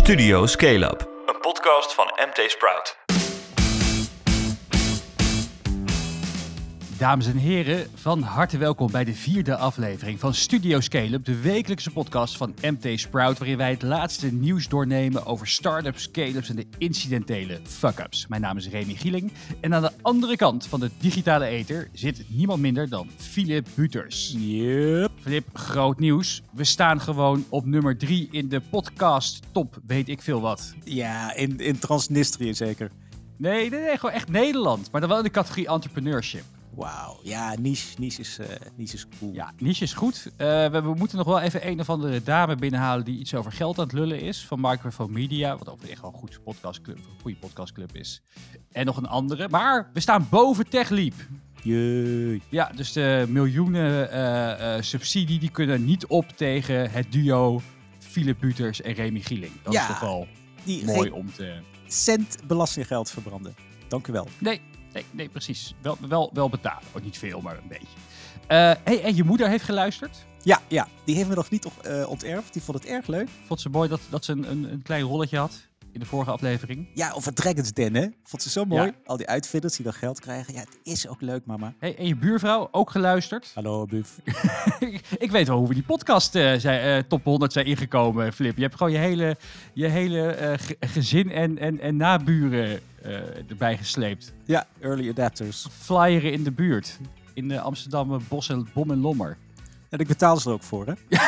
Studio Scale-up, een podcast van MT Sprout. Dames en heren, van harte welkom bij de 4e aflevering van Studio Scale-up, de wekelijkse podcast van MT Sprout, waarin wij het laatste nieuws doornemen over start-ups, scale-ups en de incidentele fuck-ups. Mijn naam is Remy Gieling en aan de andere kant van de digitale ether zit niemand minder dan Philip Buters. Yep. Philip, groot nieuws. We staan gewoon op nummer 3 in de podcast top, weet ik veel wat. Ja, in Transnistrië zeker. Nee, gewoon echt Nederland, maar dan wel in de categorie entrepreneurship. Wauw, ja, niche is cool. Ja, niche is goed. We moeten nog wel even een of andere dame binnenhalen die iets over geld aan het lullen is. Van Microphone Media, wat overigens echt wel een goede podcastclub is. En nog een andere. Maar we staan boven TechLeap. Jee. Ja, dus de miljoenen subsidie die kunnen niet op tegen het duo Philip Buters en Remy Gieling. Dat is toch wel mooi om te... Cent belastinggeld verbranden. Dank u wel. Nee, precies. Wel betalen. Ook niet veel, maar een beetje. En je moeder heeft geluisterd? Ja, die heeft me nog niet onterfd. Die vond het erg leuk. Vond ze mooi dat ze een klein rolletje had in de vorige aflevering? Ja, over Dragon's Den, hè. Vond ze zo mooi. Ja. Al die uitvinders die dan geld krijgen. Ja, het is ook leuk, mama. Hey, en je buurvrouw ook geluisterd? Hallo, buf. Ik weet wel hoe we die podcast top 100 zijn ingekomen, Flip. Je hebt gewoon je hele gezin en naburen erbij gesleept. Ja, early adapters. Flyeren in de buurt. In de Amsterdam Bom en Lommer. En ik betaal ze er ook voor, hè.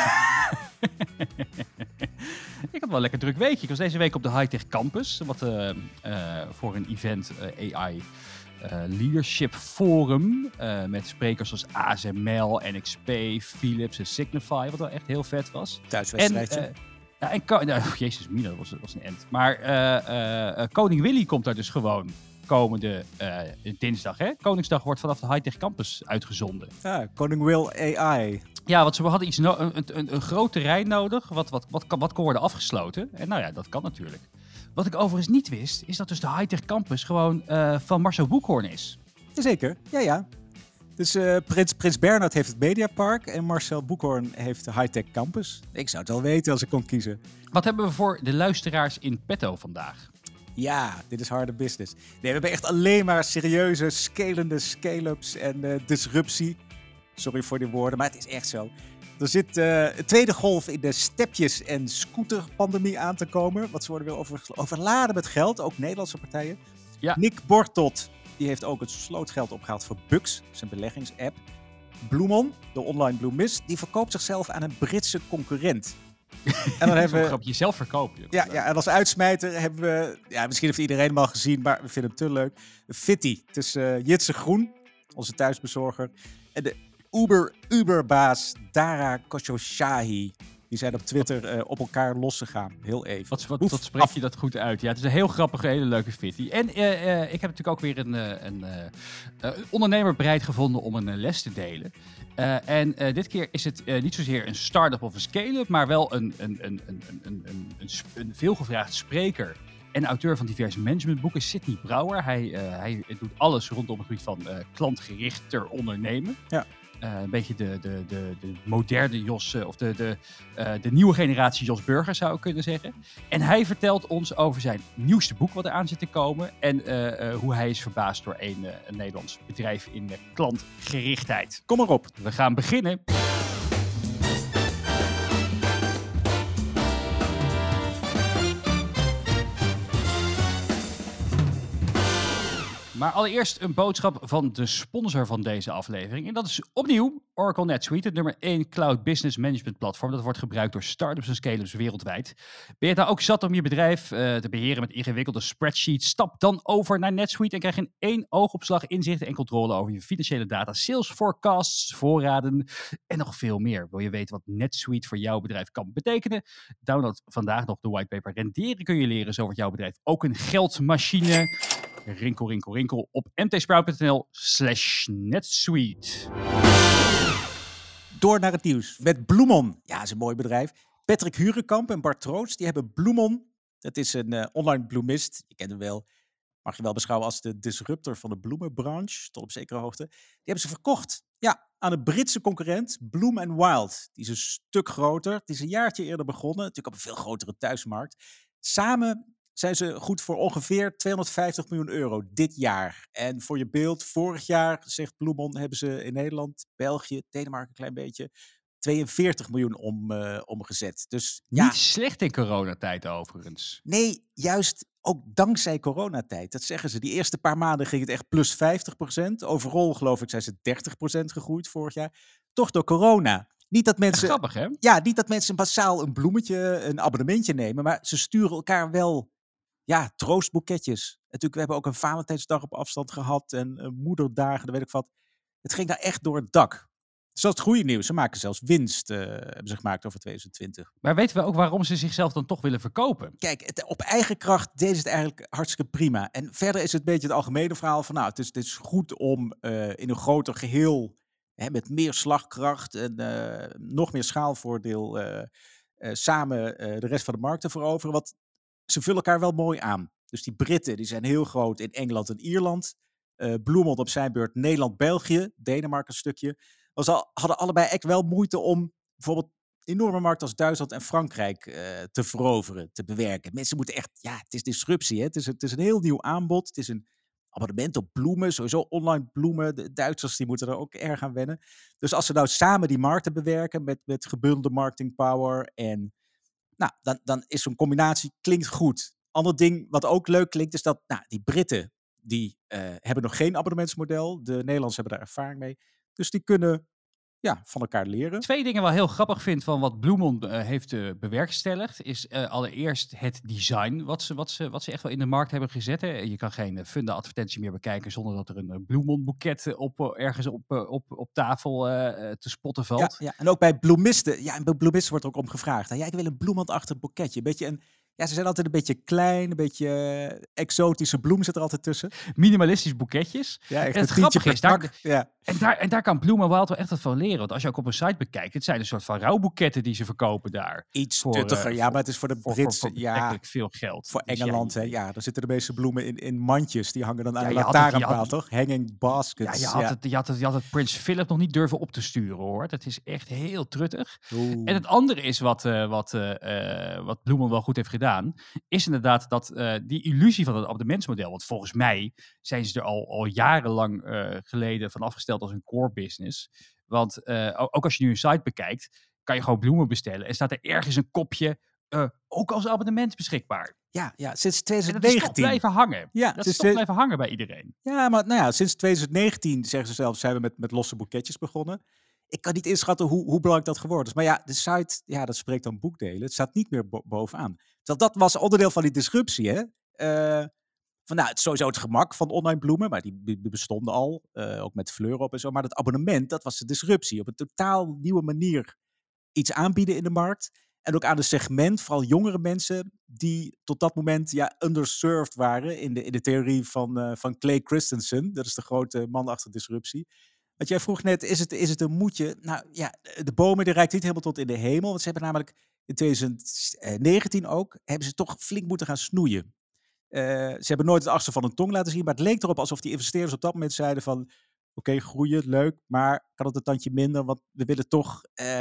Ik had wel een lekker druk weekje. Ik was deze week op de Hightech Campus. Voor een event AI Leadership Forum. Met sprekers als ASML, NXP, Philips en Signify. Wat wel echt heel vet was. Thuiswedstrijdje. Jezus mina, dat was een end. Maar Koning Willy komt daar dus gewoon komende dinsdag. Hè? Koningsdag wordt vanaf de Hightech Campus uitgezonden. Ja, Koning Will AI. Ja, want we hadden een groot terrein nodig, wat kan worden afgesloten. En nou ja, dat kan natuurlijk. Wat ik overigens niet wist, is dat dus de Hightech Campus gewoon van Marcel Boekhoorn is. Jazeker, ja. Dus Prins Bernhard heeft het Mediapark en Marcel Boekhoorn heeft de Hightech Campus. Ik zou het wel weten als ik kon kiezen. Wat hebben we voor de luisteraars in petto vandaag? Ja, dit is harde business. Nee, we hebben echt alleen maar serieuze, scalende scale-ups en disruptie. Sorry voor die woorden, maar het is echt zo. Er zit een tweede golf in de stepjes- en scooterpandemie aan te komen. Want ze worden weer overladen met geld, ook Nederlandse partijen. Ja. Nick Bortot, die heeft ook het slootgeld opgehaald voor Bux, zijn beleggingsapp. Bloemon, de online bloemist, die verkoopt zichzelf aan een Britse concurrent. En dan hebben we jezelf verkopen. Ja, en als uitsmijter hebben we... Ja, misschien heeft iedereen hem al gezien, maar we vinden hem te leuk. Fitty. Het is Jitse Groen, onze thuisbezorger. En de Uberbaas Dara Khosrowshahi. Die zijn op Twitter op elkaar losgegaan. Heel even. Wat spreek je dat goed uit? Ja, het is een heel grappige, hele leuke Fitty. En ik heb natuurlijk ook weer een ondernemer bereid gevonden om een les te delen. Dit keer is het niet zozeer een start-up of een scale-up, maar wel een veelgevraagd spreker en auteur van diverse managementboeken, Sidney Brouwer. Hij doet alles rondom het gebied van klantgerichter ondernemen. Ja. Een beetje de moderne Jos, of de nieuwe generatie Jos Burger zou ik kunnen zeggen. En hij vertelt ons over zijn nieuwste boek wat eraan zit te komen. En hoe hij is verbaasd door een Nederlands bedrijf in de klantgerichtheid. Kom maar op. We gaan beginnen. Maar allereerst een boodschap van de sponsor van deze aflevering. En dat is opnieuw Oracle NetSuite, het nummer 1 cloud business management platform. Dat wordt gebruikt door startups en scale-ups wereldwijd. Ben je het nou ook zat om je bedrijf te beheren met ingewikkelde spreadsheets? Stap dan over naar NetSuite en krijg in 1 oogopslag inzichten en controle over je financiële data, sales forecasts, voorraden en nog veel meer. Wil je weten wat NetSuite voor jouw bedrijf kan betekenen? Download vandaag nog de whitepaper Renderen kun je leren. Zo wordt jouw bedrijf ook een geldmachine. Rinkel op mtsprout.nl/netsuite. Door naar het nieuws met Bloemon. Ja, dat is een mooi bedrijf. Patrick Hurenkamp en Bart Troost, die hebben Bloemon. Dat is een online bloemist. Je kent hem wel. Mag je wel beschouwen als de disruptor van de bloemenbranche. Tot op zekere hoogte. Die hebben ze verkocht. Ja, aan een Britse concurrent, Bloom & Wild. Die is een stuk groter. Het is een jaartje eerder begonnen. Natuurlijk op een veel grotere thuismarkt. Samen zijn ze goed voor ongeveer 250 miljoen euro dit jaar. En voor je beeld, vorig jaar, zegt Bloemon, hebben ze in Nederland, België, Denemarken een klein beetje, 42 miljoen omgezet. Dus ja, Niet slecht in coronatijd overigens. nee, juist ook dankzij coronatijd. Dat zeggen ze. Die eerste paar maanden ging het echt plus 50%. Overal, geloof ik, zijn ze 30% gegroeid vorig jaar. Toch door corona. Niet dat Echt mensen, grappig, hè? ja, niet dat mensen massaal een bloemetje, een abonnementje nemen, maar ze sturen elkaar wel, ja, troostboeketjes. Natuurlijk, we hebben ook een Valentijnsdag op afstand gehad en moederdagen, dat weet ik wat. Het ging daar echt door het dak. Dus dat is het goede nieuws. Ze maken zelfs winst, hebben ze gemaakt over 2020. Maar weten we ook waarom ze zichzelf dan toch willen verkopen? Kijk, op eigen kracht deden ze het eigenlijk hartstikke prima. En verder is het een beetje het algemene verhaal van, nou, het is goed om in een groter geheel, met meer slagkracht en nog meer schaalvoordeel, samen de rest van de markt te veroveren. Want ze vullen elkaar wel mooi aan. Dus die Britten die zijn heel groot in Engeland en Ierland. Bloemond op zijn beurt Nederland, België, Denemarken een stukje. Hadden allebei echt wel moeite om bijvoorbeeld enorme markten als Duitsland en Frankrijk te veroveren, te bewerken. Mensen moeten echt, ja, het is disruptie. Hè? Het is een heel nieuw aanbod. Het is een abonnement op bloemen, sowieso online bloemen. De Duitsers die moeten er ook erg aan wennen. Dus als ze nou samen die markten bewerken met gebundelde marketing power en nou, dan is zo'n combinatie, klinkt goed. Ander ding wat ook leuk klinkt, is dat die Britten, die hebben nog geen abonnementsmodel. De Nederlanders hebben daar ervaring mee. Dus die kunnen van elkaar leren. Twee dingen wel heel grappig vind van wat Bloemon heeft bewerkstelligd, is allereerst het design wat ze echt wel in de markt hebben gezet. Hè. Je kan geen Funda advertentie meer bekijken zonder dat er een Bloemon boeket ergens op tafel te spotten valt. Ja, en ook bij bloemisten. Ja, en bij bloemisten wordt er ook om gevraagd. Ja, ik wil een bloemendachtig boeketje. Een beetje ze zijn altijd een beetje klein, een beetje exotische bloem zit er altijd tussen. Minimalistisch boeketjes. Ja, echt en het grappige is, daar kan Bloemen Wild wel echt wat van leren. Want als je ook op een site bekijkt, het zijn een soort van rouwboeketten die ze verkopen daar. Iets tuttiger, maar het is voor de Britse. Voor veel geld. Voor dus Engeland, daar zitten de meeste bloemen in mandjes. Die hangen dan aan de lantaarnpaal, toch? Hanging baskets. Je had het Prins Philip nog niet durven op te sturen, hoor. Dat is echt heel truttig. Oeh. En het andere is wat Bloemen wel goed heeft gedaan, is inderdaad dat die illusie van het abonnementsmodel, want volgens mij zijn ze er al jarenlang geleden van afgesteld als een core business. Want ook als je nu een site bekijkt, kan je gewoon bloemen bestellen en staat er ergens een kopje ook als abonnement beschikbaar. Ja, sinds 2019. En dat is toch blijven hangen. Ja, dat is toch blijven hangen bij iedereen. Ja, maar sinds 2019, zeggen ze zelf, zijn we met losse boeketjes begonnen. Ik kan niet inschatten hoe belangrijk dat geworden is. Maar ja, de site, dat spreekt dan boekdelen. Het staat niet meer bovenaan. Terwijl dat was onderdeel van die disruptie, hè. Het is sowieso het gemak van online bloemen, maar die bestonden al. Ook met fleuren op en zo. Maar dat abonnement, dat was de disruptie. Op een totaal nieuwe manier iets aanbieden in de markt. En ook aan een segment, vooral jongere mensen, die tot dat moment underserved waren in de theorie van Clay Christensen. Dat is de grote man achter disruptie. Want jij vroeg net, is het een moedje? Nou ja, de bomen die reikt niet helemaal tot in de hemel. Want ze hebben namelijk in 2019 ook, hebben ze toch flink moeten gaan snoeien. Ze hebben nooit het achterste van een tong laten zien, maar het leek erop alsof die investeerders op dat moment zeiden van, oké, groeien, leuk, maar kan het een tandje minder, want we willen toch...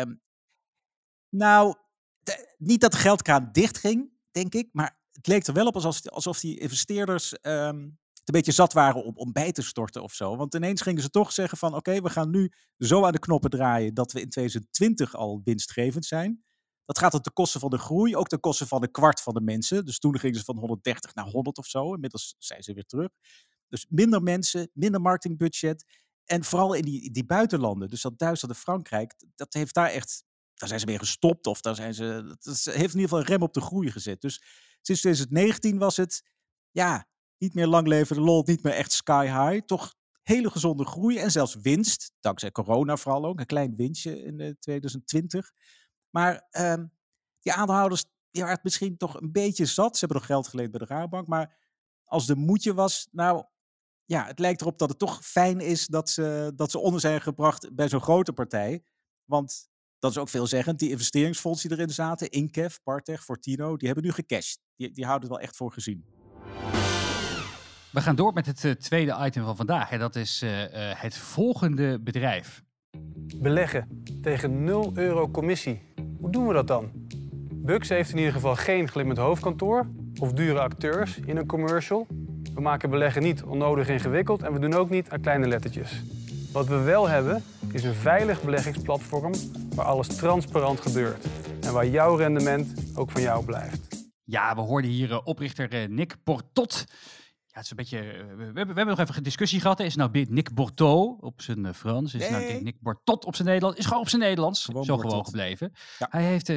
niet dat de geldkraan dicht ging, denk ik, maar het leek er wel op alsof die investeerders een beetje zat waren om bij te storten of zo. Want ineens gingen ze toch zeggen van, oké, we gaan nu zo aan de knoppen draaien dat we in 2020 al winstgevend zijn. Dat gaat ten koste van de groei, ook ten koste van een kwart van de mensen. Dus toen gingen ze van 130 naar 100 of zo. Inmiddels zijn ze weer terug. Dus minder mensen, minder marketingbudget. En vooral in die buitenlanden, dus dat Duitsland en Frankrijk, dat heeft daar echt... Daar zijn ze weer gestopt of dat heeft in ieder geval een rem op de groei gezet. Dus sinds 2019 was het, niet meer lang leven de lol, niet meer echt sky high. Toch hele gezonde groei en zelfs winst. Dankzij corona vooral ook, een klein winstje in 2020. Maar die aandeelhouders waren het misschien toch een beetje zat. Ze hebben nog geld geleend bij de Rabobank. Maar als de moedje was, het lijkt erop dat het toch fijn is dat ze onder zijn gebracht bij zo'n grote partij. Want... Dat is ook veelzeggend. Die investeringsfondsen die erin zaten, Incef, Partech, Fortino, die hebben nu gecashed. Die houden het wel echt voor gezien. We gaan door met het tweede item van vandaag. En dat is het volgende bedrijf. Beleggen tegen €0 commissie. Hoe doen we dat dan? Bux heeft in ieder geval geen glimmend hoofdkantoor of dure acteurs in een commercial. We maken beleggen niet onnodig ingewikkeld en we doen ook niet aan kleine lettertjes. Wat we wel hebben, is een veilig beleggingsplatform waar alles transparant gebeurt. En waar jouw rendement ook van jou blijft. Ja, we hoorden hier oprichter Nick Bortot. Ja, het is een beetje. We hebben nog even een discussie gehad. Is het nou Nick Bortot op zijn Frans? Is het nou Nick Bortot op zijn Nederlands? Is gewoon op zijn Nederlands. Gewoon gebleven. Ja. Hij heeft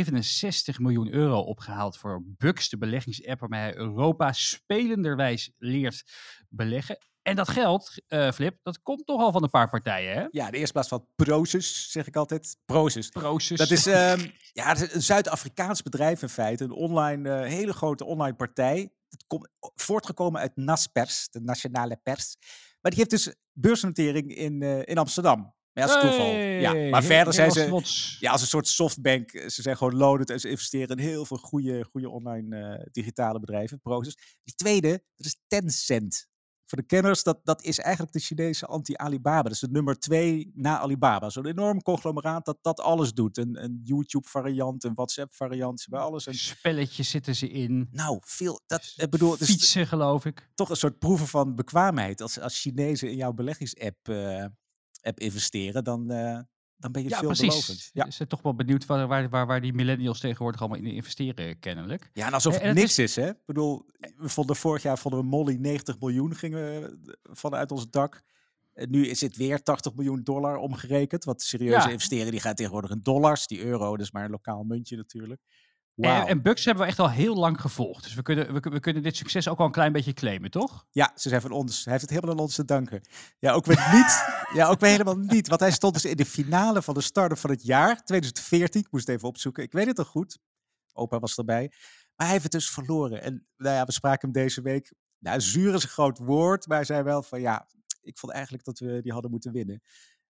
67 miljoen euro opgehaald voor Bux, de beleggingsapp waarmee hij Europa spelenderwijs leert beleggen. En dat geld, Flip, dat komt toch al van een paar partijen, hè? Ja, de eerste plaats van Prosus, zeg ik altijd. Prosus. Dat is een Zuid-Afrikaans bedrijf in feite. Een hele grote online partij. Het komt voortgekomen uit Naspers, de nationale pers. Maar die heeft dus beursnotering in Amsterdam. Maar ja, dat is toeval. Ja, maar verder zijn ze als een soort softbank. Ze zijn gewoon loaded en ze investeren in heel veel goede online digitale bedrijven. Prosus. Die tweede, dat is Tencent. Voor de kenners, dat is eigenlijk de Chinese anti-Alibaba. Dat is de nummer 2 na Alibaba. Zo'n enorm conglomeraat dat alles doet. Een YouTube-variant, een WhatsApp-variant, bij alles. Spelletjes zitten ze in. Nou, veel. Fietsen, geloof ik. Toch een soort proeven van bekwaamheid. Als Chinezen in jouw beleggingsapp investeren, dan ben je veelbelovend. Ja, ze zijn toch wel benieuwd waar die millennials tegenwoordig allemaal in investeren, kennelijk. Ja, en alsof het niks is, hè? Ik bedoel, vorig jaar vonden we Molly 90 miljoen gingen vanuit ons dak. En nu is het weer $80 miljoen omgerekend. Want serieuze investeren, die gaan tegenwoordig in dollars. Die euro, dat is maar een lokaal muntje natuurlijk. Wow. En Bux hebben we echt al heel lang gevolgd. Dus we kunnen dit succes ook wel een klein beetje claimen, toch? Ja, ze zijn van ons. Hij heeft het helemaal aan ons te danken. Ja, ook weer niet. Ja, ook weer helemaal niet. Want hij stond dus in de finale van de start-up van het jaar 2014. Ik moest het even opzoeken. Ik weet het nog goed. Opa was erbij. Maar hij heeft het dus verloren. En nou ja, we spraken hem deze week. Nou, zuur is een groot woord. Maar hij zei wel van ja, ik vond eigenlijk dat we die hadden moeten winnen.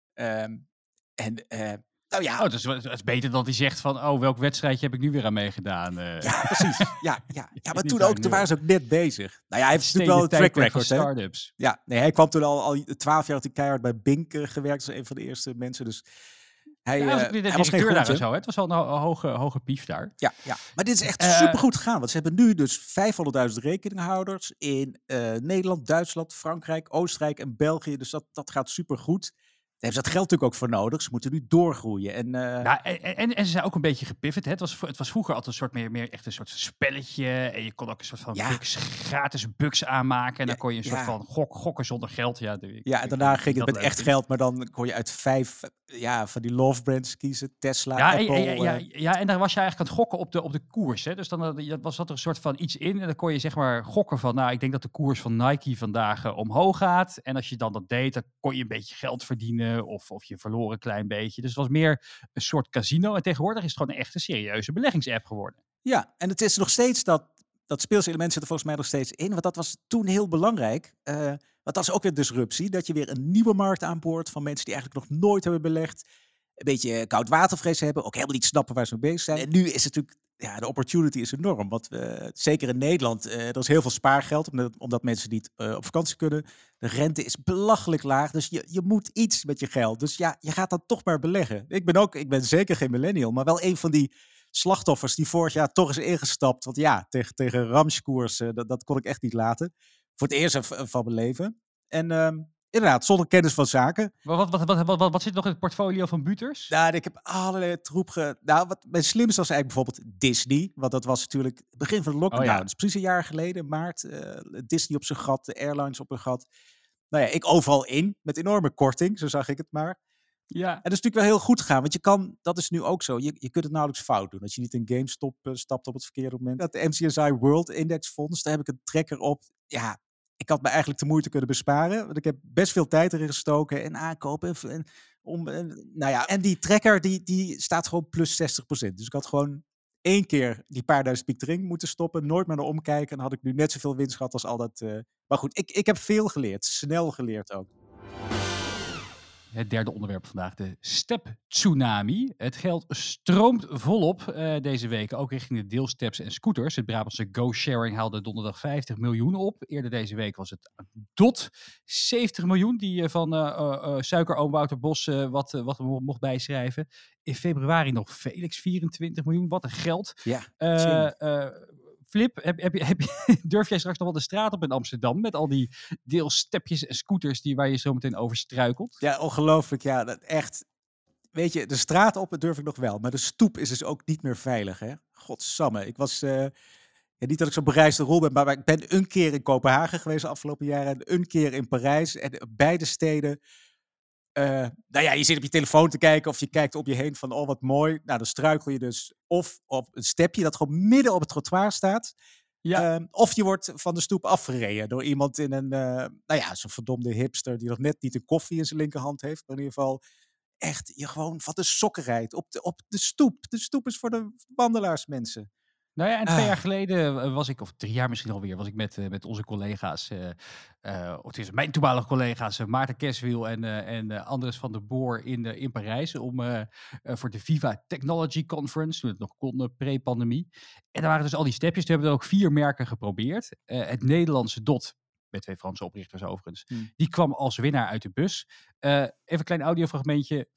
Nou ja. Oh, dat is beter dan hij zegt van, welk wedstrijdje heb ik nu weer aan meegedaan? Ja, precies. Ja, maar toen waren ze ook net bezig. Nou ja, hij heeft natuurlijk wel een track record. Startups. Ja, nee, hij kwam toen al 12 jaar had hij keihard bij Bink gewerkt. Dat is een van de eerste mensen. Dus hij was geen daar zo. Het was wel een hoge pief daar. Ja, maar dit is echt supergoed gegaan. Want ze hebben nu dus 500.000 rekeninghouders in Nederland, Duitsland, Frankrijk, Oostenrijk en België. Dus dat gaat supergoed. Daar hebben ze dat geld natuurlijk ook voor nodig. Ze moeten nu doorgroeien. En ze zijn ook een beetje gepivot. Hè? Het was vroeger altijd een soort meer echt een soort spelletje. En je kon ook een soort van gratis bucks aanmaken. En dan kon je een soort van gokken zonder geld. Ja, en daarna ging het met echt geld. Maar dan kon je uit 5 van die love brands kiezen. Tesla, Apple. En dan was je eigenlijk aan het gokken op de koers. Hè? Dus dan zat er een soort van iets in. En dan kon je zeg maar gokken van, nou, ik denk dat de koers van Nike vandaag omhoog gaat. En als je dan dat deed, dan kon je een beetje geld verdienen. Of je verloor een klein beetje. Dus het was meer een soort casino. En tegenwoordig is het gewoon een echte serieuze beleggingsapp geworden. Ja, en het is nog steeds dat speelselement zit er volgens mij nog steeds in. Want dat was toen heel belangrijk. Want dat is ook weer disruptie. Dat je weer een nieuwe markt aanboort van mensen die eigenlijk nog nooit hebben belegd. Een beetje koud watervrees hebben. Ook helemaal niet snappen waar ze mee bezig zijn. En nu is het natuurlijk, de opportunity is enorm. Want zeker in Nederland, er is heel veel spaargeld. Omdat mensen niet op vakantie kunnen. De rente is belachelijk laag. Dus je moet iets met je geld. Dus ja, je gaat dan toch maar beleggen. Ik ben zeker geen millennial. Maar wel een van die slachtoffers die vorig jaar toch is ingestapt. Want ja, tegen Ramskoers, dat kon ik echt niet laten. Voor het eerst van mijn leven. En inderdaad, zonder kennis van zaken. Wat zit nog in het portfolio van Buters? Nou, ik heb allerlei troep wat mijn slimste was eigenlijk bijvoorbeeld Disney. Want dat was natuurlijk het begin van de lockdown. Dus precies een jaar geleden, maart. Disney op zijn gat, de airlines op hun gat. Nou ja, ik overal in, met enorme korting. Zo zag ik het maar. Ja. En dat is natuurlijk wel heel goed gegaan. Want dat is nu ook zo. Je kunt het nauwelijks fout doen. Als je niet in GameStop stapt op het verkeerde moment. Dat de MSCI World Index Fonds, daar heb ik een tracker op. Ja, ik had me eigenlijk de moeite kunnen besparen. Want ik heb best veel tijd erin gestoken en aankopen. En die tracker die staat gewoon plus 60%. Dus ik had gewoon 1 keer die paar duizend piek erin moeten stoppen. Nooit meer naar omkijken. En dan had ik nu net zoveel winst gehad als al dat. Maar goed, ik heb veel geleerd. Snel geleerd ook. Het derde onderwerp vandaag, de step-tsunami. Het geld stroomt volop deze week, ook richting de deelsteps en scooters. Het Brabantse GoSharing haalde donderdag 50 miljoen op. Eerder deze week was het DOT 70 miljoen, die van suikeroom Wouter Bos wat mocht bijschrijven. In februari nog Felix 24 miljoen, wat een geld. Ja, Flip, durf jij straks nog wel de straat op in Amsterdam met al die deelstepjes en scooters waar je zo meteen over struikelt? ja, ongelooflijk. Ja, dat echt. Weet je, de straat op dat durf ik nog wel. Maar de stoep is dus ook niet meer veilig, hè? Godsamme. Ik was... niet dat ik zo'n bereisde rol ben, maar ik ben een keer in Kopenhagen geweest de afgelopen jaren. En een keer in Parijs. En beide steden... je zit op je telefoon te kijken of je kijkt om je heen van, oh wat mooi. Nou, dan struikel je dus of op een stepje dat gewoon midden op het trottoir staat. Ja. Of je wordt van de stoep afgereden door iemand in een, zo'n verdomde hipster die nog net niet een koffie in zijn linkerhand heeft. Maar in ieder geval echt je gewoon van de sokken rijdt op de stoep. De stoep is voor de wandelaarsmensen. Nou ja, en 2 jaar geleden was ik, of 3 jaar misschien alweer, was ik met onze collega's, of het is mijn toenmalige collega's, Maarten Keswiel en Andres van der Boer in Parijs voor de Viva Technology Conference, toen het nog kon, pre-pandemie. En daar waren dus al die stepjes. Toen hebben we er ook 4 merken geprobeerd. Het Nederlandse DOT, met 2 Franse oprichters overigens, die kwam als winnaar uit de bus. Even een klein audiofragmentje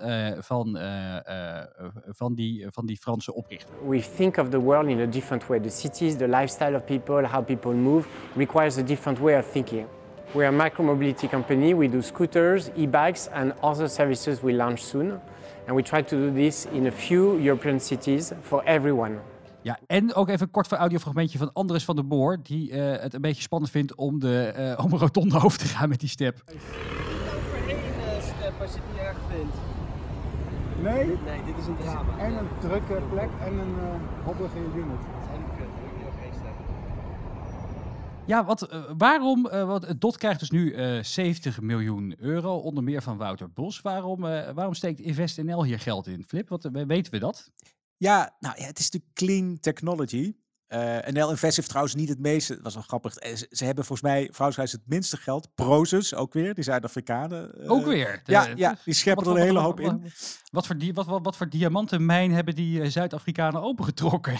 van die Franse oprichter. We think of the world in a different way. The cities, the lifestyle of people, how people move requires a different way of thinking. We are a micromobility company. We do scooters, e-bikes and other services we launch soon. And we try to do this in a few European cities for everyone. Ja, en ook even een kort audiofragmentje van Andres van der Boer, die het een beetje spannend vindt om een rotonde over te gaan met die step. Overheen step als je het niet erg vindt. Nee, Nee, dit is een drama. en een drukke plek en een hobbelige unit. En kut, ik wil geen step. Ja, waarom? Want het DOT krijgt dus nu 70 miljoen euro, onder meer van Wouter Bos. Waarom steekt InvestNL hier geld in, Flip? Weten we dat? Ja, het is natuurlijk clean technology. NL Invest heeft trouwens niet het meeste. Dat was wel grappig. Ze hebben volgens mij, Vrouwshuis, het minste geld. Prozus ook weer, die Zuid-Afrikanen. Ook weer? Die scheppen er een hele hoop in. Wat voor diamantenmijn hebben die Zuid-Afrikanen opengetrokken?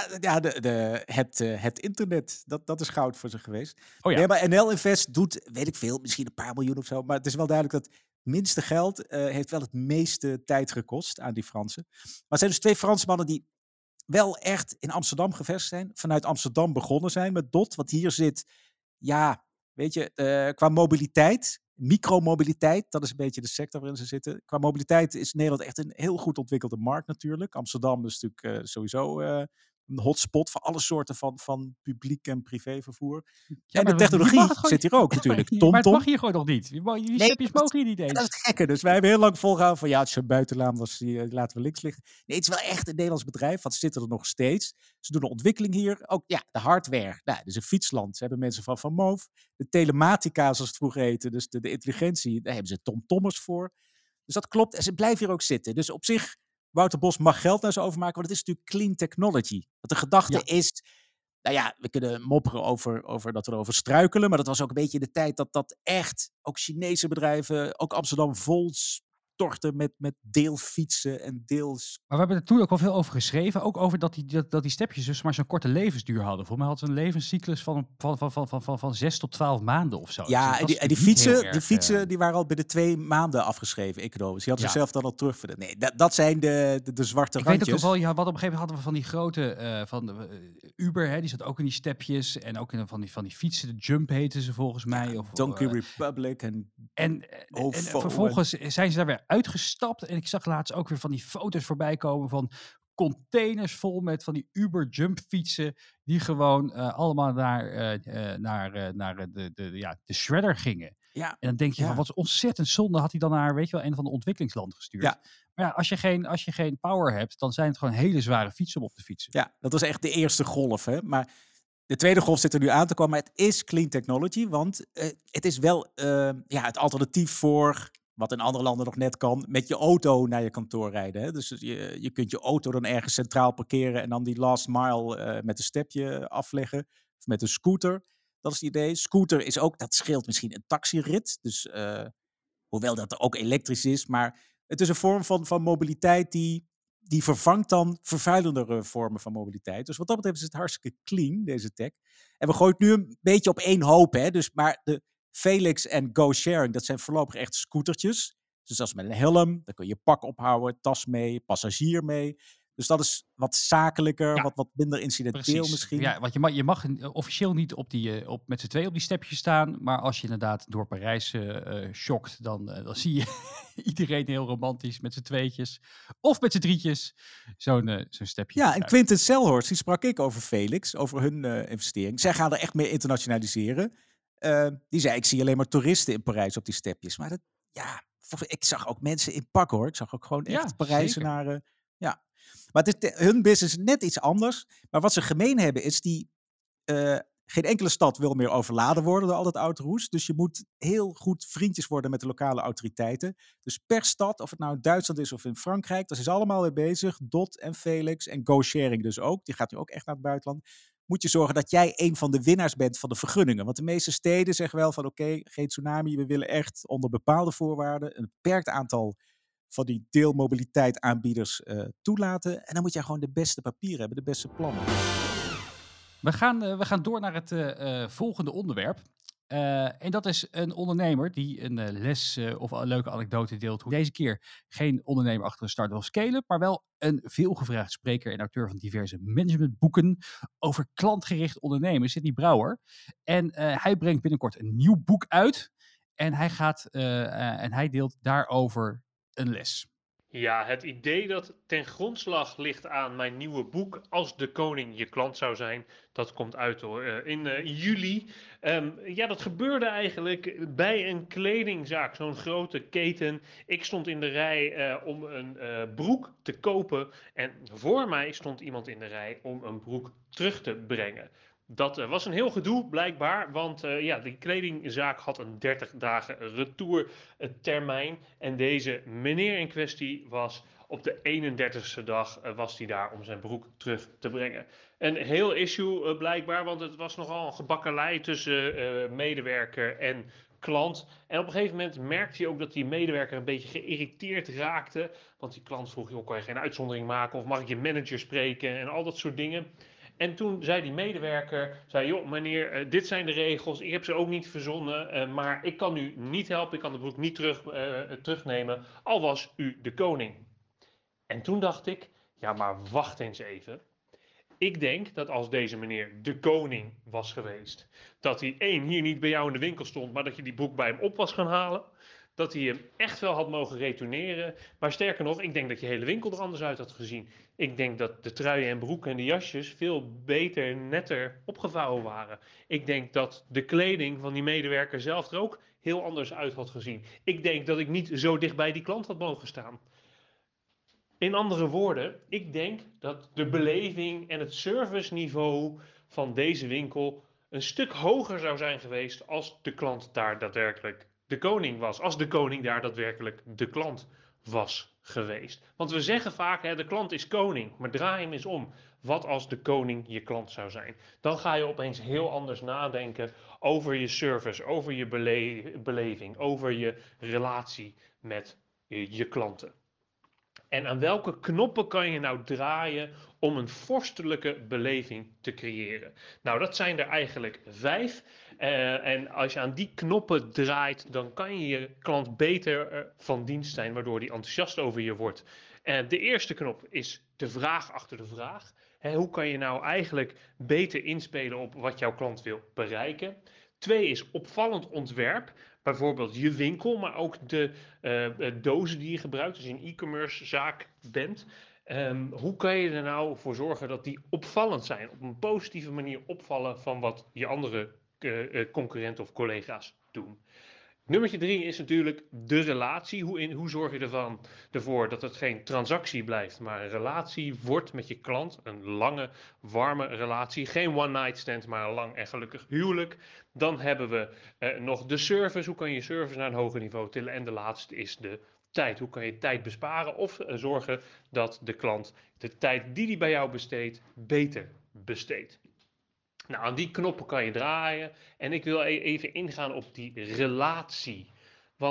Het internet, dat is goud voor ze geweest. Oh ja. Nee, maar NL Invest doet, weet ik veel, misschien een paar miljoen of zo. Maar het is wel duidelijk dat minste geld heeft wel het meeste tijd gekost aan die Fransen. Maar het zijn dus 2 Fransmannen die wel echt in Amsterdam gevestigd zijn. Vanuit Amsterdam begonnen zijn met DOT. Want hier zit, qua mobiliteit, micromobiliteit, dat is een beetje de sector waarin ze zitten. Qua mobiliteit is Nederland echt een heel goed ontwikkelde markt natuurlijk. Amsterdam is natuurlijk sowieso een hotspot voor alle soorten van publiek en privévervoer. Ja, en de technologie zit hier ook natuurlijk. Maar het mag hier gewoon nog niet. Die stepjes mogen hier niet eens. Dat is het gekke. Dus wij hebben heel lang volgehouden van het is een buitenlaan, die laten we links liggen. Nee, het is wel echt een Nederlands bedrijf, want ze zitten er nog steeds. Ze doen een ontwikkeling hier. Ook de hardware. Nou, dus een fietsland. Ze hebben mensen van Moof. De telematica, zoals het vroeger heette. Dus de intelligentie, daar hebben ze Tom Thomas voor. Dus dat klopt. En ze blijven hier ook zitten. Dus op zich, Wouter Bos mag geld naar ze overmaken, want het is natuurlijk clean technology. Want de gedachte is, we kunnen mopperen over dat we erover struikelen, maar dat was ook een beetje de tijd dat echt ook Chinese bedrijven, ook Amsterdam vol storten met deelfietsen en deels... Maar we hebben er toen ook wel veel over geschreven, ook over dat die stepjes dus maar zo'n korte levensduur hadden. Voor mij hadden ze een levenscyclus van 6 tot 12 maanden of zo. Ja, dus en die fietsen die waren al binnen 2 maanden afgeschreven, economisch. Die hadden zichzelf dan al terug. Nee, dat zijn de zwarte randjes. Ik weet ook nog wel, wat op een gegeven moment hadden we van die grote, Uber, die zat ook in die stepjes. En ook in van die fietsen, de Jump heten ze volgens mij. Of Donkey Republic en vervolgens zijn ze daar weer uitgestapt. En ik zag laatst ook weer van die foto's voorbij komen van containers vol met van die Uber Jump fietsen die gewoon allemaal naar de shredder gingen. Ja. En dan denk je van wat ontzettend zonde, had hij dan naar een van de ontwikkelingsland gestuurd. Ja. Maar ja, als je geen power hebt, dan zijn het gewoon hele zware fietsen om op te fietsen. Ja, dat was echt de eerste golf, hè. Maar de tweede golf zit er nu aan te komen. Maar het is clean technology, want het is wel het alternatief voor wat in andere landen nog net kan, met je auto naar je kantoor rijden. Hè? Dus je kunt je auto dan ergens centraal parkeren en dan die last mile met een stepje afleggen. Of met een scooter. Dat is het idee. Scooter is ook, dat scheelt misschien een taxirit. Dus Hoewel dat er ook elektrisch is, maar het is een vorm van mobiliteit die vervangt dan vervuilendere vormen van mobiliteit. Dus wat dat betreft is het hartstikke clean, deze tech. En we gooien het nu een beetje op één hoop. Hè? Dus, maar de Felix en GoSharing, dat zijn voorlopig echt scootertjes. Dus dat is met een helm, dan kun je pak ophouden, tas mee, passagier mee. Dus dat is wat zakelijker, Ja, wat minder incidenteel misschien. Ja, want je mag officieel niet met z'n tweeën op die stepjes staan. Maar als je inderdaad door Parijs shockt, dan zie je iedereen heel romantisch met z'n tweetjes. Of met z'n drietjes zo'n stepje. Ja, en Quinten Selhorst, die sprak ik over Felix, over hun investering. Zij gaan er echt mee internationaliseren. Die zei, ik zie alleen maar toeristen in Parijs op die stepjes. Maar ik zag ook mensen in pak hoor. Ik zag ook gewoon echt Parijzenaren. Ja. Maar hun business is net iets anders. Maar wat ze gemeen hebben is geen enkele stad wil meer overladen worden door al dat autoroes. Dus je moet heel goed vriendjes worden met de lokale autoriteiten. Dus per stad, of het nou in Duitsland is of in Frankrijk, daar is allemaal mee bezig. Dot en Felix en GoSharing dus ook. Die gaat nu ook echt naar het buitenland. Moet je zorgen dat jij een van de winnaars bent van de vergunningen. Want de meeste steden zeggen wel van oké, geen tsunami. We willen echt onder bepaalde voorwaarden een beperkt aantal van die deelmobiliteit aanbieders toelaten. En dan moet jij gewoon de beste papieren hebben, de beste plannen. We gaan door naar het volgende onderwerp. En dat is een ondernemer die een les of een leuke anekdote deelt. Hoe deze keer geen ondernemer achter een start-up of scale-up, maar wel een veelgevraagd spreker en auteur van diverse managementboeken over klantgericht ondernemen, Sidney Brouwer. En hij brengt binnenkort een nieuw boek uit. En hij deelt daarover een les. Ja, het idee dat ten grondslag ligt aan mijn nieuwe boek Als de koning je klant zou zijn, dat komt uit in juli. Dat gebeurde eigenlijk bij een kledingzaak, zo'n grote keten. Ik stond in de rij om een broek te kopen en voor mij stond iemand in de rij om een broek terug te brengen. Dat was een heel gedoe blijkbaar, want die kledingzaak had een 30 dagen retourtermijn. En deze meneer in kwestie was op de 31ste dag was hij daar om zijn broek terug te brengen. Een heel issue blijkbaar, want het was nogal een gebakkelei tussen medewerker en klant. En op een gegeven moment merkte hij ook dat die medewerker een beetje geïrriteerd raakte. Want die klant vroeg, joh, kan je geen uitzondering maken of mag ik je manager spreken en al dat soort dingen. En toen zei die medewerker, joh meneer, dit zijn de regels, ik heb ze ook niet verzonnen, maar ik kan u niet helpen, ik kan de broek niet terugnemen, al was u de koning. En toen dacht ik, ja maar wacht eens even. Ik denk dat als deze meneer de koning was geweest, dat hij hier niet bij jou in de winkel stond, maar dat je die broek bij hem op was gaan halen. Dat hij hem echt wel had mogen retourneren. Maar sterker nog, ik denk dat je hele winkel er anders uit had gezien. Ik denk dat de truien en broeken en de jasjes veel beter, netter opgevouwen waren. Ik denk dat de kleding van die medewerker zelf er ook heel anders uit had gezien. Ik denk dat ik niet zo dicht bij die klant had mogen staan. In andere woorden, ik denk dat de beleving en het serviceniveau van deze winkel een stuk hoger zou zijn geweest als de klant daar daadwerkelijk de koning was. Als de koning daar daadwerkelijk de klant was geweest. Want we zeggen vaak, de klant is koning, maar draai hem eens om. Wat als de koning je klant zou zijn? Dan ga je opeens heel anders nadenken over je service, over je beleving, over je relatie met je klanten. En aan welke knoppen kan je nou draaien om een vorstelijke beleving te creëren? Nou, dat zijn er eigenlijk 5. En als je aan die knoppen draait, dan kan je je klant beter van dienst zijn, waardoor die enthousiast over je wordt. De eerste knop is de vraag achter de vraag. Hoe kan je nou eigenlijk beter inspelen op wat jouw klant wil bereiken? 2 is opvallend ontwerp. Bijvoorbeeld je winkel, maar ook de dozen die je gebruikt als je een e-commerce zaak bent. Hoe kan je er nou voor zorgen dat die opvallend zijn? Op een positieve manier opvallen van wat je andere concurrenten of collega's doen. Nummertje 3 is natuurlijk de relatie. Hoe zorg je ervoor dat het geen transactie blijft, maar een relatie wordt met je klant. Een lange, warme relatie. Geen one-night stand, maar een lang en gelukkig huwelijk. Dan hebben we nog de service. Hoe kan je je service naar een hoger niveau tillen? En de laatste is de tijd. Hoe kan je tijd besparen of zorgen dat de klant de tijd die hij bij jou besteedt, beter besteedt? Nou, aan die knoppen kan je draaien. En ik wil even ingaan op die relatie. Want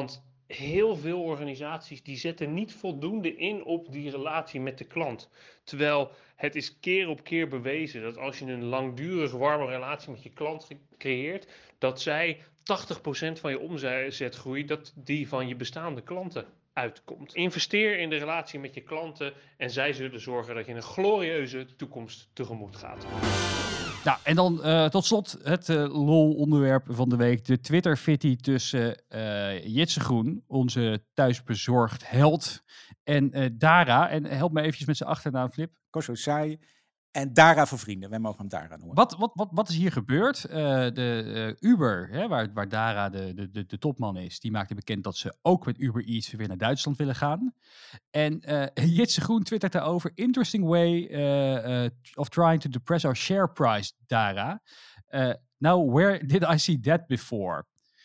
heel veel organisaties die zetten niet voldoende in op die relatie met de klant. Terwijl het is keer op keer bewezen dat als je een langdurig warme relatie met je klant creëert, dat zij 80% van je omzetgroei, dat die van je bestaande klanten uitkomt. Investeer in de relatie met je klanten en zij zullen zorgen dat je een glorieuze toekomst tegemoet gaat. Nou, en dan tot slot het lol-onderwerp van de week. De Twitter-fitty tussen Jitse Groen, onze thuisbezorgd held, en Dara. En help me eventjes met zijn achternaam, Flip. Koshosai en Dara voor vrienden. Wij mogen hem Dara noemen. Wat is hier gebeurd? Uber, hè, waar Dara de topman is, die maakte bekend dat ze ook met Uber Eats weer naar Duitsland willen gaan. En Jitse Groen twittert daarover. Interesting way of trying to depress our share price, Dara. Now, where did I see that before?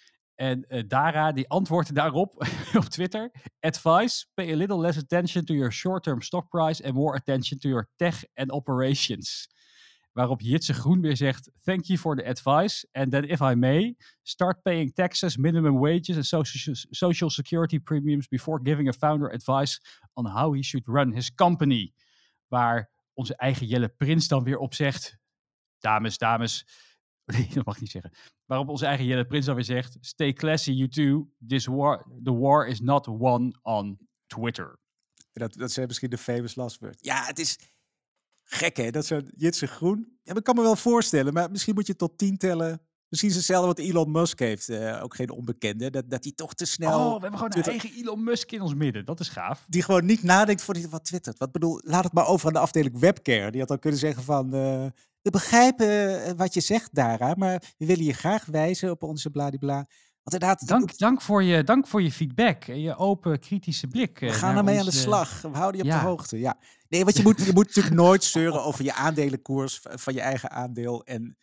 En Dara die antwoordde daarop op Twitter. Advice, pay a little less attention to your short-term stock price and more attention to your tech and operations. Waarop Jitse Groen weer zegt, thank you for the advice. And then if I may, start paying taxes, minimum wages and social security premiums before giving a founder advice on how he should run his company. Waar onze eigen Jelle Prins dan weer op zegt, dames, nee, dat mag ik niet zeggen. Waarop onze eigen Jelle Prins dan weer zegt, stay classy you two, the war is not won on Twitter. Dat is misschien de famous last word. Ja, het is gek hè, dat zo'n Jitse Groen. Ja, ik kan me wel voorstellen, maar misschien moet je tot 10 tellen. Misschien is hetzelfde wat Elon Musk heeft. Ook geen onbekende. Dat hij toch te snel... Oh, we hebben gewoon een eigen Elon Musk in ons midden. Dat is gaaf. Die gewoon niet nadenkt voordat hij wat twittert. Wat bedoel, laat het maar over aan de afdeling webcare. Die had dan kunnen zeggen van... we begrijpen wat je zegt, Dara, maar we willen je graag wijzen op onze bladibla. Want inderdaad... Dank voor je feedback en je open, kritische blik. We gaan ermee aan de slag. We houden je op de hoogte. Ja. Nee, want je moet natuurlijk nooit zeuren over je aandelenkoers van je eigen aandeel. En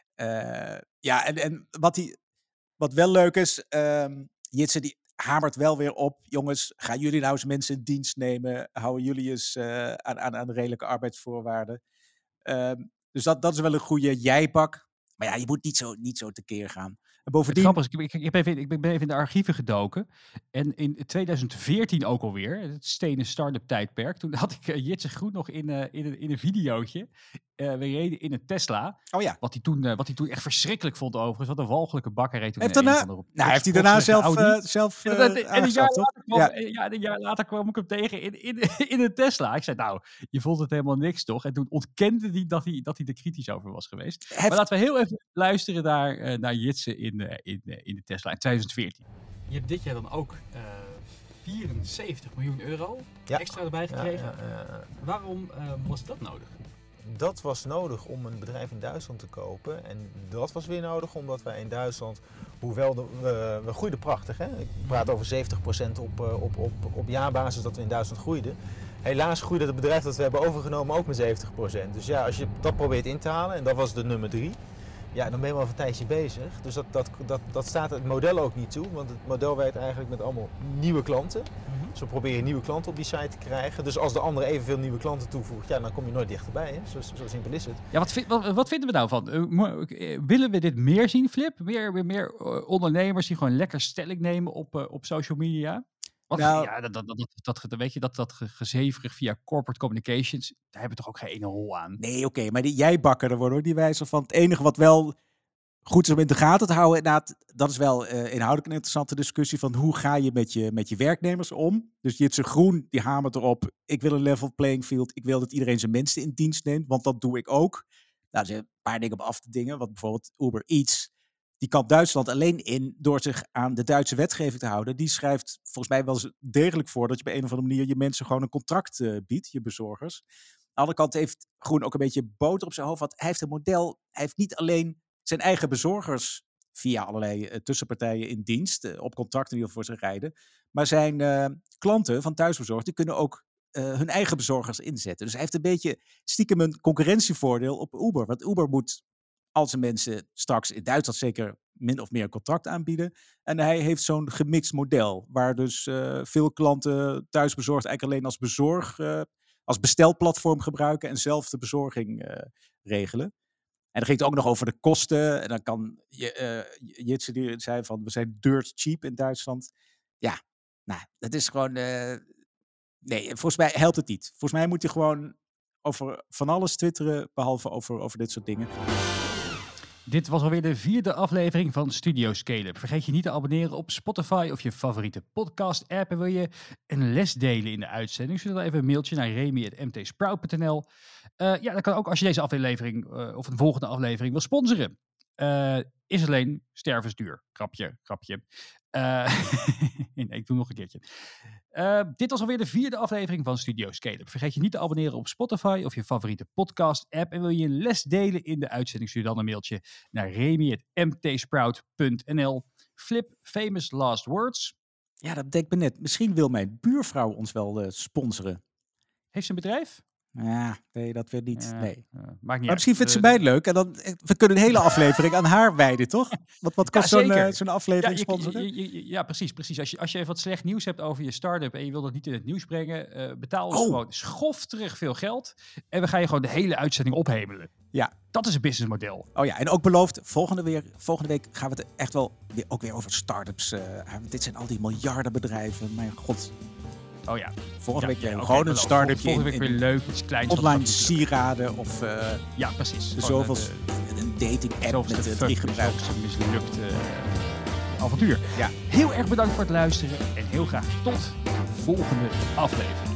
wat wel leuk is, Jitse die hamert wel weer op. Jongens, gaan jullie nou eens mensen in dienst nemen? Houden jullie eens aan redelijke arbeidsvoorwaarden? Dus dat is wel een goede jijbak. Maar ja, je moet niet zo tekeer gaan. En bovendien... Het grappige is, ik ben even in de archieven gedoken. En in 2014 ook alweer, het stenen start-up tijdperk. Toen had ik Jitse Groen nog in een videootje. We reden in een Tesla. Oh ja. Wat hij toen echt verschrikkelijk vond overigens. Wat een walgelijke bakker reed toen. Heeft hij daarna zelf en een jaar later kwam ik hem tegen in een Tesla. Ik zei, nou, je vond het helemaal niks toch? En toen ontkende hij dat hij er kritisch over was geweest. Maar laten we heel even luisteren naar Jitse in de Tesla in 2014. Je hebt dit jaar dan ook 74 miljoen euro extra erbij gekregen. Waarom was dat nodig? Dat was nodig om een bedrijf in Duitsland te kopen. En dat was weer nodig omdat wij in Duitsland, hoewel we groeiden prachtig. Hè? Ik praat over 70% op jaarbasis dat we in Duitsland groeiden. Helaas groeide het bedrijf dat we hebben overgenomen ook met 70%. Dus ja, als je dat probeert in te halen, en dat was de nummer 3... ja, dan ben je wel een tijdje bezig. Dus dat staat het model ook niet toe. Want het model werkt eigenlijk met allemaal nieuwe klanten. Dus we proberen nieuwe klanten op die site te krijgen. Dus als de andere evenveel nieuwe klanten toevoegt, ja, dan kom je nooit dichterbij. Hè? Zo simpel is het. Ja, wat vinden we nou van? Willen we dit meer zien, Flip? Meer ondernemers die gewoon lekker stelling nemen op social media? Want weet je, dat gezeverig via corporate communications, daar hebben we toch ook geen ene hol aan. Nee, oké, maar die jijbakken, daar worden ook die wijzer van. Het enige wat wel goed is om in de gaten te houden, dat is wel inhoudelijk een interessante discussie van hoe ga je met je werknemers om. Dus Jitse Groen, die hamert erop, ik wil een level playing field, ik wil dat iedereen zijn mensen in dienst neemt, want dat doe ik ook. Nou, er zijn een paar dingen op af te dingen, want bijvoorbeeld Uber Eats, die kan Duitsland alleen in door zich aan de Duitse wetgeving te houden. Die schrijft volgens mij wel degelijk voor dat je bij een of andere manier je mensen gewoon een contract biedt, je bezorgers. Aan de andere kant heeft Groen ook een beetje boter op zijn hoofd, want hij heeft een model, hij heeft niet alleen zijn eigen bezorgers via allerlei tussenpartijen in dienst, op contracten die voor zich rijden, maar zijn klanten van thuisbezorgd, die kunnen ook hun eigen bezorgers inzetten. Dus hij heeft een beetje stiekem een concurrentievoordeel op Uber, want Uber moet al zijn mensen straks in Duitsland zeker min of meer contract aanbieden. En hij heeft zo'n gemixt model, waar dus veel klanten thuisbezorgd eigenlijk alleen als bestelplatform gebruiken en zelf de bezorging regelen. En dan ging het ook nog over de kosten. En dan kan Jitse die zei van, we zijn dirt cheap in Duitsland. Ja, Nou, dat is gewoon... nee, volgens mij helpt het niet. Volgens mij moet je gewoon over van alles twitteren, behalve over dit soort dingen. Dit was alweer de 4e aflevering van Studio Scale-up. Vergeet je niet te abonneren op Spotify of je favoriete podcast-app. En wil je een les delen in de uitzending? Stuur dan even een mailtje naar remy@mtsprout.nl. Dat kan ook als je deze aflevering of een volgende aflevering wil sponsoren. Is alleen stervensduur. Grapje. Nee, ik doe nog een keertje. Dit was alweer de 4e aflevering van Studio Scale-up. Vergeet je niet te abonneren op Spotify of je favoriete podcast-app. En wil je een les delen in de uitzending? Stuur dan een mailtje naar remy@mtsprout.nl. Flip, famous last words. Ja, dat denk ik me net. Misschien wil mijn buurvrouw ons wel sponsoren. Heeft ze een bedrijf? Ja, nee, dat weer niet. Nee. Maakt niet Maar uit. misschien vindt ze mij leuk. En dan, we kunnen een hele aflevering aan haar wijden, toch? Wat kost zo'n aflevering sponsoren? Ja, precies. Als je even wat slecht nieuws hebt over je start-up en je wil dat niet in het nieuws brengen, betaal ons gewoon schofterig veel geld. En we gaan je gewoon de hele uitzending ophemelen. Ja. Dat is een businessmodel. Oh ja, en ook beloofd, volgende week gaan we het echt wel weer over start-ups. Dit zijn al die miljardenbedrijven. Mijn god. Oh ja. Volgende week weer gewoon een start-upje. Volgende week weer leuk, iets kleins. Online sieraden of ja, precies. Een dating-app met 3 gebruikers. Een mislukt avontuur. Ja. Heel erg bedankt voor het luisteren en heel graag tot de volgende aflevering.